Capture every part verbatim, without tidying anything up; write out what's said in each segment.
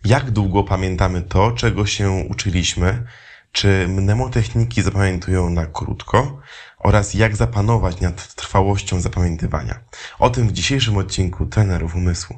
Jak długo pamiętamy to, czego się uczyliśmy? Czy mnemotechniki zapamiętują na krótko? Oraz jak zapanować nad trwałością zapamiętywania? O tym w dzisiejszym odcinku Trenerów Umysłu.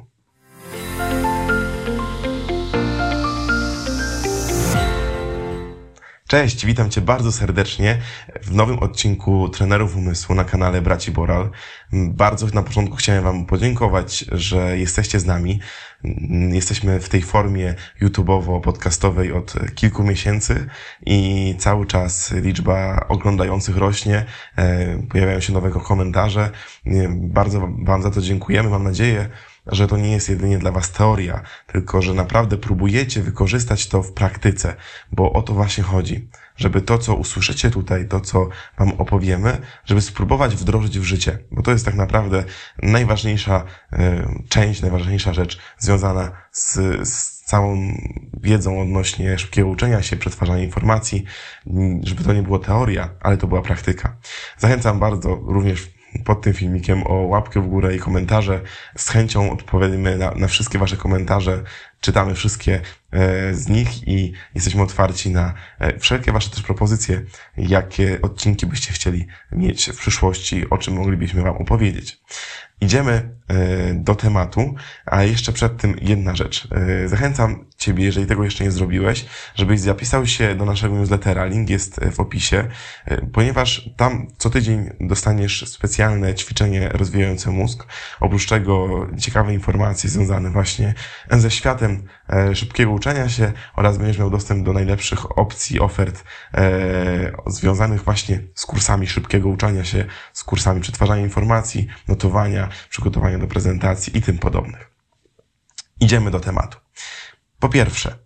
Cześć, witam Cię bardzo serdecznie w nowym odcinku Trenerów Umysłu na kanale Braci Boral. Bardzo na początku chciałem Wam podziękować, że jesteście z nami. Jesteśmy w tej formie YouTubeowo-podcastowej od kilku miesięcy i cały czas liczba oglądających rośnie, pojawiają się nowe komentarze. Bardzo Wam za to dziękujemy. Mam nadzieję, że to nie jest jedynie dla Was teoria, tylko że naprawdę próbujecie wykorzystać to w praktyce, bo o to właśnie chodzi. Żeby to, co usłyszycie tutaj, to, co Wam opowiemy, żeby spróbować wdrożyć w życie, bo to jest tak naprawdę najważniejsza y, część, najważniejsza rzecz związana z, z całą wiedzą odnośnie szybkiego uczenia się, przetwarzania informacji, żeby to nie było teoria, ale to była praktyka. Zachęcam bardzo również pod tym filmikiem o łapkę w górę i komentarze. Z chęcią odpowiemy na, na wszystkie Wasze komentarze. Czytamy wszystkie e, z nich i jesteśmy otwarci na e, wszelkie Wasze też propozycje, jakie odcinki byście chcieli mieć w przyszłości, o czym moglibyśmy Wam opowiedzieć. Idziemy e, do tematu, a jeszcze przed tym jedna rzecz. E, zachęcam Ciebie, jeżeli tego jeszcze nie zrobiłeś, żebyś zapisał się do naszego newslettera. Link jest w opisie, e, ponieważ tam co tydzień dostaniesz specjalne ćwiczenie rozwijające mózg. Oprócz tego ciekawe informacje związane właśnie ze światem e, szybkiego uczenia się oraz będziesz miał dostęp do najlepszych opcji, ofert e, związanych właśnie z kursami szybkiego uczenia się, z kursami przetwarzania informacji, notowania, przygotowania do prezentacji i tym podobnych. Idziemy do tematu. Po pierwsze,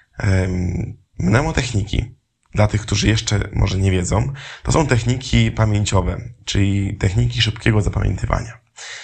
mnemotechniki, dla tych, którzy jeszcze może nie wiedzą, to są techniki pamięciowe, czyli techniki szybkiego zapamiętywania.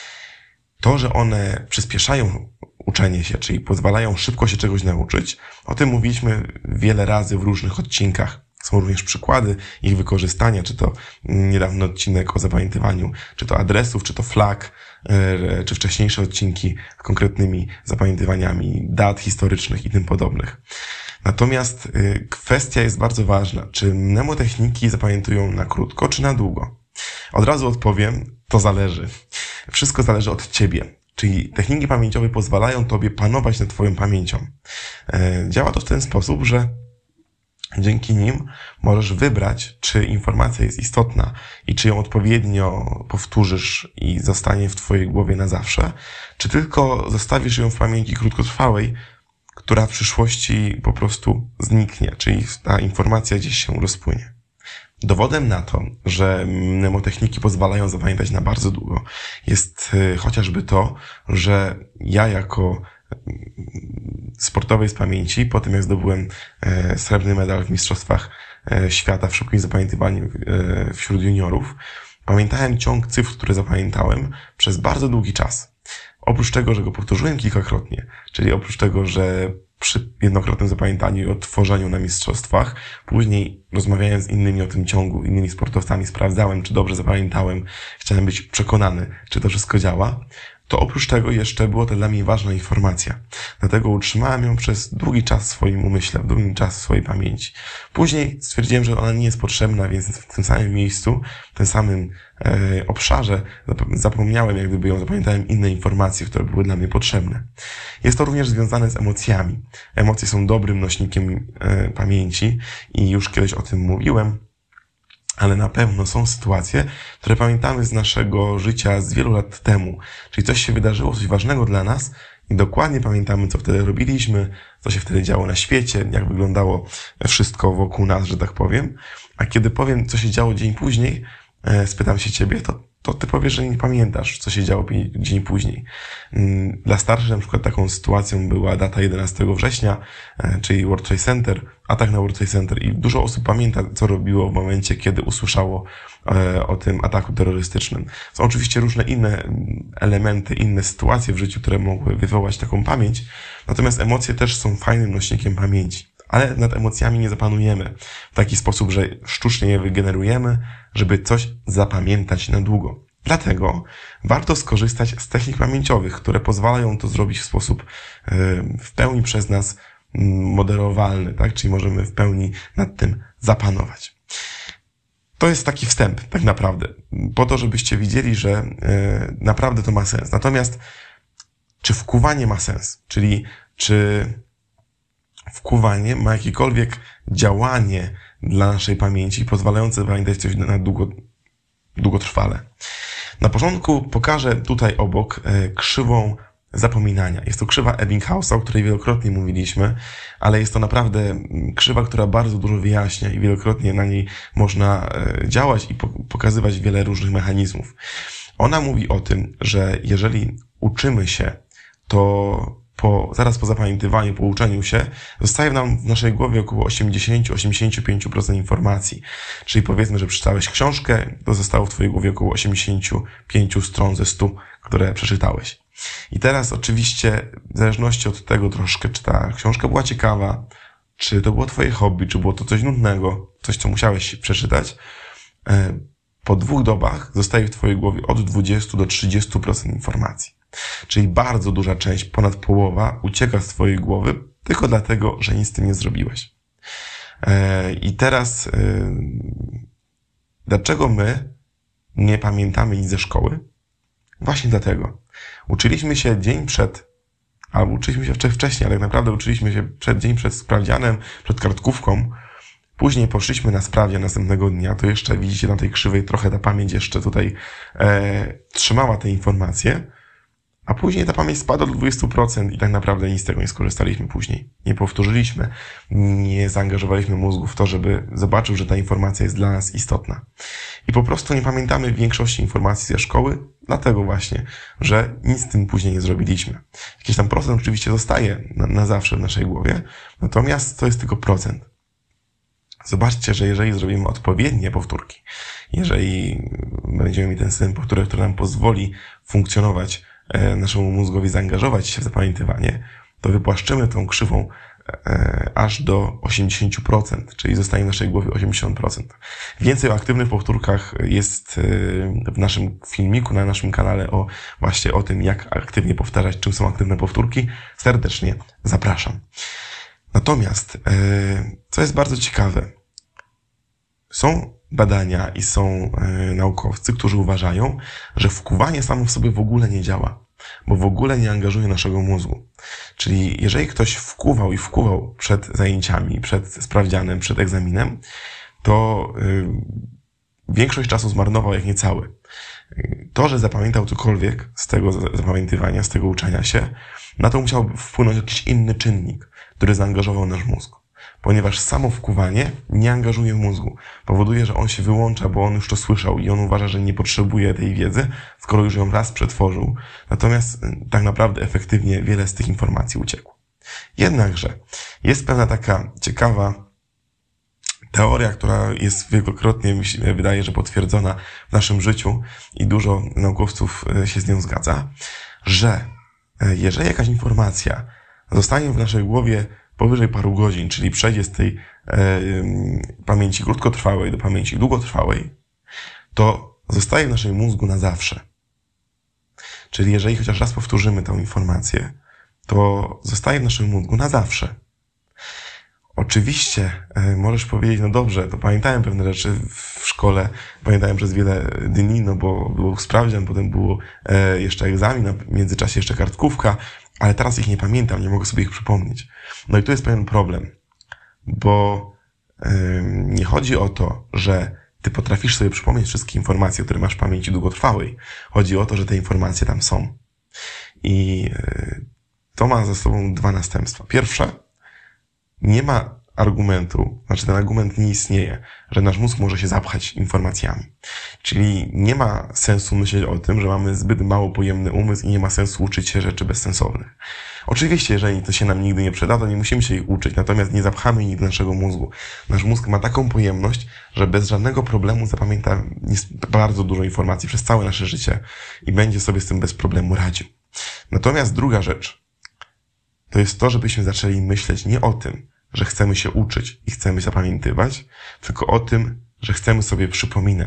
To, że one przyspieszają uczenie się, czyli pozwalają szybko się czegoś nauczyć, o tym mówiliśmy wiele razy w różnych odcinkach. Są również przykłady ich wykorzystania, czy to niedawny odcinek o zapamiętywaniu, czy to adresów, czy to flag, czy wcześniejsze odcinki z konkretnymi zapamiętywaniami dat historycznych i tym podobnych. Natomiast kwestia jest bardzo ważna. Czy mnemotechniki zapamiętują na krótko, czy na długo? Od razu odpowiem, to zależy. Wszystko zależy od Ciebie. Czyli techniki pamięciowe pozwalają Tobie panować nad Twoją pamięcią. Działa to w ten sposób, że dzięki nim możesz wybrać, czy informacja jest istotna i czy ją odpowiednio powtórzysz i zostanie w Twojej głowie na zawsze, czy tylko zostawisz ją w pamięci krótkotrwałej, która w przyszłości po prostu zniknie, czyli ta informacja gdzieś się rozpłynie. Dowodem na to, że mnemotechniki pozwalają zapamiętać na bardzo długo, jest chociażby to, że ja jako sportowej z pamięci, po tym jak zdobyłem srebrny medal w Mistrzostwach Świata w szybkim zapamiętywaniu wśród juniorów, pamiętałem ciąg cyfr, które zapamiętałem przez bardzo długi czas. Oprócz tego, że go powtórzyłem kilkakrotnie, czyli oprócz tego, że przy jednokrotnym zapamiętaniu i odtworzeniu na mistrzostwach, później rozmawiałem z innymi o tym ciągu, innymi sportowcami, sprawdzałem, czy dobrze zapamiętałem, chciałem być przekonany, czy to wszystko działa, to oprócz tego jeszcze było to dla mnie ważna informacja. Dlatego utrzymałem ją przez długi czas w swoim umyśle, w długi czas w swojej pamięci. Później stwierdziłem, że ona nie jest potrzebna, więc w tym samym miejscu, w tym samym e, obszarze zapomniałem, jak gdyby ją zapamiętałem inne informacje, które były dla mnie potrzebne. Jest to również związane z emocjami. Emocje są dobrym nośnikiem e, pamięci i już kiedyś o tym mówiłem. Ale na pewno są sytuacje, które pamiętamy z naszego życia z wielu lat temu. Czyli coś się wydarzyło, coś ważnego dla nas i dokładnie pamiętamy, co wtedy robiliśmy, co się wtedy działo na świecie, jak wyglądało wszystko wokół nas, że tak powiem. A kiedy powiem, co się działo dzień później, spytam się Ciebie, to to ty powiesz, że nie pamiętasz, co się działo dzień później. Dla starszych na przykład taką sytuacją była data jedenastego września, czyli World Trade Center, atak na World Trade Center i dużo osób pamięta, co robiło w momencie, kiedy usłyszało o tym ataku terrorystycznym. Są oczywiście różne inne elementy, inne sytuacje w życiu, które mogły wywołać taką pamięć, natomiast emocje też są fajnym nośnikiem pamięci. Ale nad emocjami nie zapanujemy w taki sposób, że sztucznie je wygenerujemy, żeby coś zapamiętać na długo. Dlatego warto skorzystać z technik pamięciowych, które pozwalają to zrobić w sposób w pełni przez nas moderowalny, tak? Czyli możemy w pełni nad tym zapanować. To jest taki wstęp, tak naprawdę, po to, żebyście widzieli, że naprawdę to ma sens. Natomiast czy wkuwanie ma sens? Czyli czy wkuwanie ma jakiekolwiek działanie dla naszej pamięci pozwalające pamiętać coś na długo, długotrwale? Na początku pokażę tutaj obok krzywą zapominania. Jest to krzywa Ebbinghausa, o której wielokrotnie mówiliśmy, ale jest to naprawdę krzywa, która bardzo dużo wyjaśnia i wielokrotnie na niej można działać i pokazywać wiele różnych mechanizmów. Ona mówi o tym, że jeżeli uczymy się, to po, zaraz po zapamiętywaniu, po uczeniu się, zostaje nam w naszej głowie około osiemdziesiąt do osiemdziesięciu pięciu procent informacji. Czyli powiedzmy, że przeczytałeś książkę, to zostało w twojej głowie około osiemdziesiąt pięć stron ze stu, które przeczytałeś. I teraz oczywiście, w zależności od tego troszkę, czy ta książka była ciekawa, czy to było twoje hobby, czy było to coś nudnego, coś, co musiałeś przeczytać, po dwóch dobach zostaje w twojej głowie od dwudziestu do trzydziestu procent informacji. Czyli bardzo duża część, ponad połowa, ucieka z twojej głowy tylko dlatego, że nic z tym nie zrobiłeś. I teraz, dlaczego my nie pamiętamy nic ze szkoły? Właśnie dlatego. Uczyliśmy się dzień przed, albo uczyliśmy się wcześniej, ale tak naprawdę uczyliśmy się przed dzień przed sprawdzianem, przed kartkówką. Później poszliśmy na sprawdzian następnego dnia, to jeszcze widzicie na tej krzywej trochę ta pamięć jeszcze tutaj e, trzymała te informacje, a później ta pamięć spadła do dwudziestu procent i tak naprawdę nic z tego nie skorzystaliśmy później. Nie powtórzyliśmy, nie zaangażowaliśmy mózgu w to, żeby zobaczył, że ta informacja jest dla nas istotna. I po prostu nie pamiętamy większości informacji ze szkoły, dlatego właśnie, że nic z tym później nie zrobiliśmy. Jakiś tam procent oczywiście zostaje na, na zawsze w naszej głowie, natomiast to jest tylko procent. Zobaczcie, że jeżeli zrobimy odpowiednie powtórki, jeżeli będziemy mieli ten system powtórek, który nam pozwoli funkcjonować, naszemu mózgowi zaangażować się w zapamiętywanie, to wypłaszczymy tą krzywą aż do osiemdziesięciu procent, czyli zostanie w naszej głowie osiemdziesiąt procent. Więcej o aktywnych powtórkach jest w naszym filmiku, na naszym kanale o właśnie o tym, jak aktywnie powtarzać, czym są aktywne powtórki. Serdecznie zapraszam. Natomiast, co jest bardzo ciekawe, są badania i są naukowcy, którzy uważają, że wkuwanie samo w sobie w ogóle nie działa, bo w ogóle nie angażuje naszego mózgu. Czyli jeżeli ktoś wkuwał i wkuwał przed zajęciami, przed sprawdzianem, przed egzaminem, to większość czasu zmarnował, jak nie cały. To, że zapamiętał cokolwiek z tego zapamiętywania, z tego uczenia się, na to musiał wpłynąć jakiś inny czynnik, który zaangażował nasz mózg. Ponieważ samo wkuwanie nie angażuje mózgu. Powoduje, że on się wyłącza, bo on już to słyszał i on uważa, że nie potrzebuje tej wiedzy, skoro już ją raz przetworzył. Natomiast tak naprawdę efektywnie wiele z tych informacji uciekło. Jednakże jest pewna taka ciekawa teoria, która jest wielokrotnie, mi się wydaje, że potwierdzona w naszym życiu i dużo naukowców się z nią zgadza, że jeżeli jakaś informacja zostanie w naszej głowie powyżej paru godzin, czyli przejdzie z tej e, pamięci krótkotrwałej do pamięci długotrwałej, to zostaje w naszym mózgu na zawsze. Czyli jeżeli chociaż raz powtórzymy tę informację, to zostaje w naszym mózgu na zawsze. Oczywiście e, możesz powiedzieć, no dobrze, to pamiętałem pewne rzeczy w szkole, pamiętałem przez wiele dni, no bo był sprawdzian, potem było e, jeszcze egzamin, a w międzyczasie jeszcze kartkówka, ale teraz ich nie pamiętam, nie mogę sobie ich przypomnieć. No i tu jest pewien problem, bo yy, nie chodzi o to, że ty potrafisz sobie przypomnieć wszystkie informacje, które masz w pamięci długotrwałej. Chodzi o to, że te informacje tam są. I yy, to ma za sobą dwa następstwa. Pierwsze, nie ma argumentu, znaczy ten argument nie istnieje, że nasz mózg może się zapchać informacjami. Czyli nie ma sensu myśleć o tym, że mamy zbyt mało pojemny umysł i nie ma sensu uczyć się rzeczy bezsensownych. Oczywiście, jeżeli to się nam nigdy nie przyda, to nie musimy się ich uczyć, natomiast nie zapchamy nigdy naszego mózgu. Nasz mózg ma taką pojemność, że bez żadnego problemu zapamięta bardzo dużo informacji przez całe nasze życie i będzie sobie z tym bez problemu radził. Natomiast druga rzecz to jest to, żebyśmy zaczęli myśleć nie o tym, że chcemy się uczyć i chcemy zapamiętywać, tylko o tym, że chcemy sobie przypominać.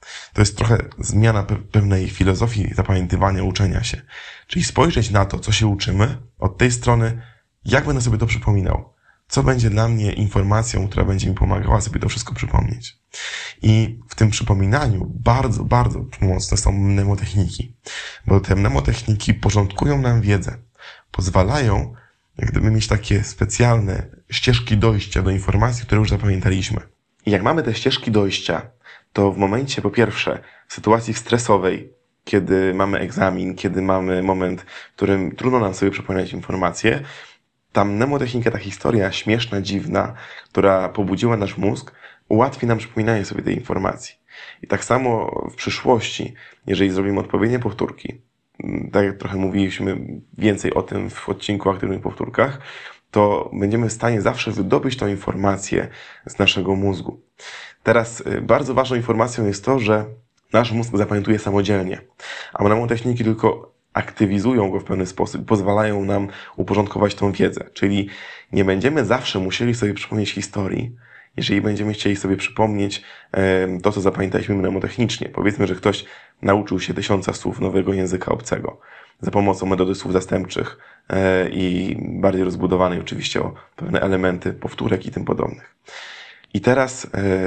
To jest trochę zmiana pe- pewnej filozofii zapamiętywania, uczenia się. Czyli spojrzeć na to, co się uczymy, od tej strony, jak będę sobie to przypominał. Co będzie dla mnie informacją, która będzie mi pomagała sobie to wszystko przypomnieć. I w tym przypominaniu bardzo, bardzo pomocne są mnemotechniki. Bo te mnemotechniki porządkują nam wiedzę. Pozwalają, jak gdyby mieć takie specjalne ścieżki dojścia do informacji, które już zapamiętaliśmy. I jak mamy te ścieżki dojścia, to w momencie, po pierwsze, w sytuacji stresowej, kiedy mamy egzamin, kiedy mamy moment, w którym trudno nam sobie przypomnieć informacje, ta mnemotechnika, ta historia śmieszna, dziwna, która pobudziła nasz mózg, ułatwi nam przypominanie sobie tej informacji. I tak samo w przyszłości, jeżeli zrobimy odpowiednie powtórki, tak jak trochę mówiliśmy więcej o tym w odcinku o aktywnych powtórkach, to będziemy w stanie zawsze wydobyć tą informację z naszego mózgu. Teraz bardzo ważną informacją jest to, że nasz mózg zapamiętuje samodzielnie, a mnemotechniki tylko aktywizują go w pewien sposób, pozwalają nam uporządkować tą wiedzę. Czyli nie będziemy zawsze musieli sobie przypomnieć historii, jeżeli będziemy chcieli sobie przypomnieć to, co zapamiętaliśmy mnemotechnicznie. Powiedzmy, że ktoś nauczył się tysiąca słów nowego języka obcego za pomocą metody słów zastępczych i bardziej rozbudowanej oczywiście o pewne elementy powtórek i tym podobnych. I teraz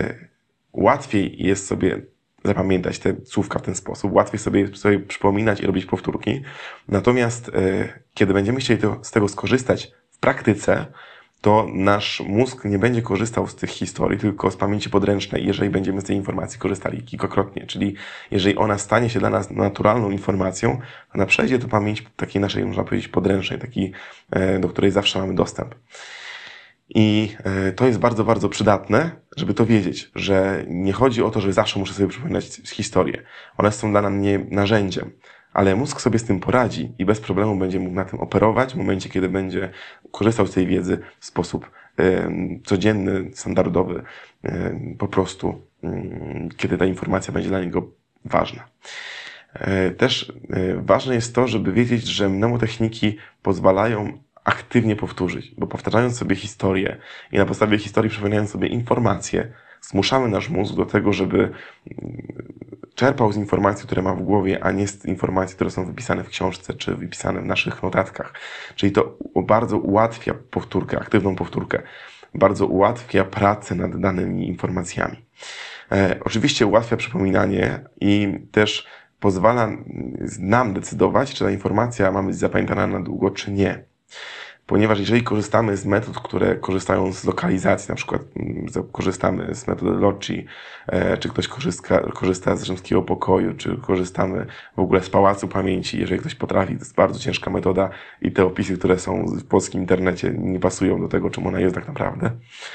łatwiej jest sobie zapamiętać te słówka w ten sposób, łatwiej sobie, sobie przypominać i robić powtórki. Natomiast kiedy będziemy chcieli to, z tego skorzystać w praktyce, to nasz mózg nie będzie korzystał z tych historii, tylko z pamięci podręcznej, jeżeli będziemy z tej informacji korzystali kilkakrotnie. Czyli jeżeli ona stanie się dla nas naturalną informacją, to ona przejdzie do pamięci takiej naszej, można powiedzieć, podręcznej, takiej, do której zawsze mamy dostęp. I to jest bardzo, bardzo przydatne, żeby to wiedzieć, że nie chodzi o to, że zawsze muszę sobie przypominać historię. One są dla mnie narzędziem, ale mózg sobie z tym poradzi i bez problemu będzie mógł na tym operować w momencie, kiedy będzie korzystał z tej wiedzy w sposób y, codzienny, standardowy, y, po prostu, y, kiedy ta informacja będzie dla niego ważna. Y, też y, ważne jest to, żeby wiedzieć, że mnemotechniki pozwalają aktywnie powtórzyć, bo powtarzając sobie historię i na podstawie historii przypominając sobie informacje, zmuszamy nasz mózg do tego, żeby czerpał z informacji, które ma w głowie, a nie z informacji, które są wypisane w książce czy wypisane w naszych notatkach. Czyli to bardzo ułatwia powtórkę, aktywną powtórkę. Bardzo ułatwia pracę nad danymi informacjami. E, oczywiście ułatwia przypominanie i też pozwala nam decydować, czy ta informacja ma być zapamiętana na długo, czy nie. Ponieważ jeżeli korzystamy z metod, które korzystają z lokalizacji, na przykład korzystamy z metody Loci, czy ktoś korzysta, korzysta z rzymskiego pokoju, czy korzystamy w ogóle z pałacu pamięci, jeżeli ktoś potrafi, to jest bardzo ciężka metoda i te opisy, które są w polskim internecie, nie pasują do tego, czym ona jest tak naprawdę,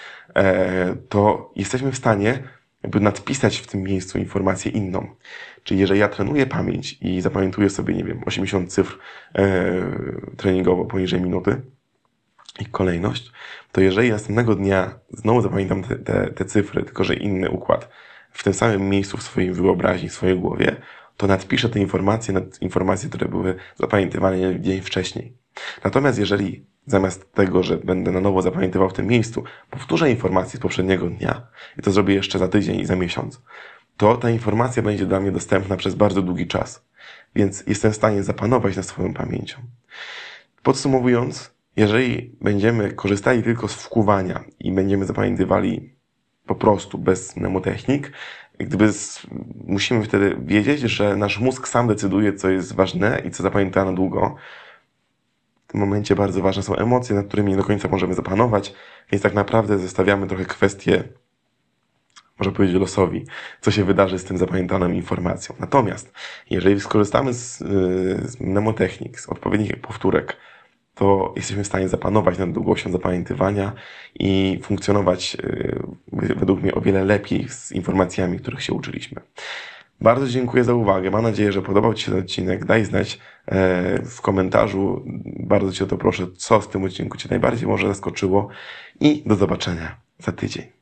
to jesteśmy w stanie jakby nadpisać w tym miejscu informację inną. Czyli jeżeli ja trenuję pamięć i zapamiętuję sobie, nie wiem, osiemdziesiąt cyfr e, treningowo poniżej minuty, ich kolejność, to jeżeli następnego dnia znowu zapamiętam te, te, te cyfry, tylko że inny układ, w tym samym miejscu w swojej wyobraźni, w swojej głowie, to nadpiszę te informacje nad informacje, które były zapamiętywane dzień wcześniej. Natomiast jeżeli zamiast tego, że będę na nowo zapamiętywał w tym miejscu, powtórzę informacje z poprzedniego dnia i to zrobię jeszcze za tydzień i za miesiąc, to ta informacja będzie dla mnie dostępna przez bardzo długi czas. Więc jestem w stanie zapanować nad swoją pamięcią. Podsumowując, jeżeli będziemy korzystali tylko z wkuwania i będziemy zapamiętywali po prostu bez mnemotechnik, gdyby z, musimy wtedy wiedzieć, że nasz mózg sam decyduje, co jest ważne i co zapamięta na długo. W tym momencie bardzo ważne są emocje, nad którymi nie do końca możemy zapanować, więc tak naprawdę zostawiamy trochę kwestię, można powiedzieć, losowi, co się wydarzy z tym zapamiętaną informacją. Natomiast jeżeli skorzystamy z, z mnemotechnik, z odpowiednich powtórek, to jesteśmy w stanie zapanować nad długością zapamiętywania i funkcjonować według mnie o wiele lepiej z informacjami, których się uczyliśmy. Bardzo dziękuję za uwagę. Mam nadzieję, że podobał Ci się ten odcinek. Daj znać w komentarzu. Bardzo Cię o to proszę, co w tym odcinku Cię najbardziej może zaskoczyło i do zobaczenia za tydzień.